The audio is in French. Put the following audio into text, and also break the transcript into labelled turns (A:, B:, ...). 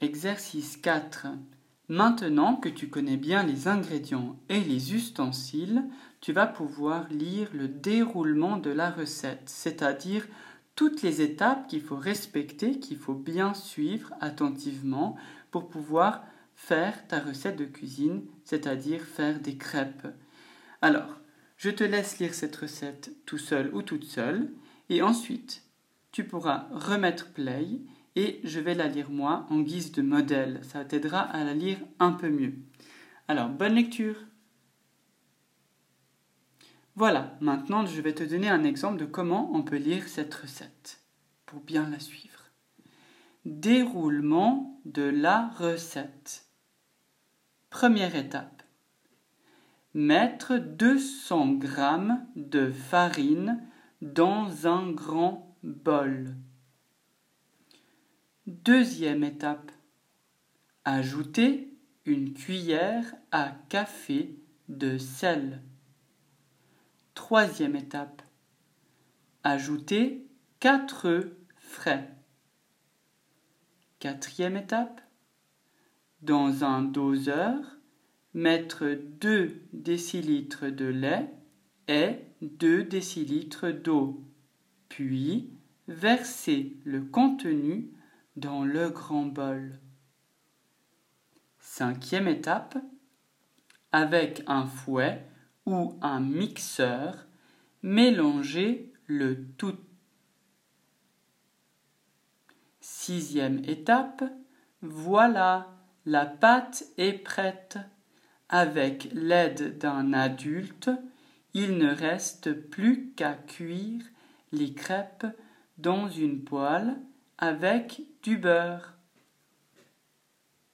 A: Exercice 4. Maintenant que tu connais bien les ingrédients et les ustensiles, tu vas pouvoir lire le déroulement de la recette, c'est-à-dire toutes les étapes qu'il faut respecter, qu'il faut bien suivre attentivement pour pouvoir faire ta recette de cuisine, c'est-à-dire faire des crêpes. Alors, je te laisse lire cette recette tout seul ou toute seule, et ensuite, tu pourras remettre play et je vais la lire moi en guise de modèle. Ça t'aidera à la lire un peu mieux. Alors, bonne lecture. Voilà, maintenant je vais te donner un exemple de comment on peut lire cette recette pour bien la suivre. Déroulement de la recette. Première étape. Mettre 200 g de farine dans un grand bol. Deuxième étape. Ajouter une cuillère à café de sel. Troisième étape. Ajouter 4 œufs frais. Quatrième étape. Dans un doseur, mettre 2 décilitres de lait et 2 décilitres d'eau, puis verser le contenu dans le grand bol. Cinquième étape, avec un fouet ou un mixeur, mélanger le tout. Sixième étape, voilà, la pâte est prête. Avec l'aide d'un adulte, il ne reste plus qu'à cuire les crêpes dans une poêle avec du beurre.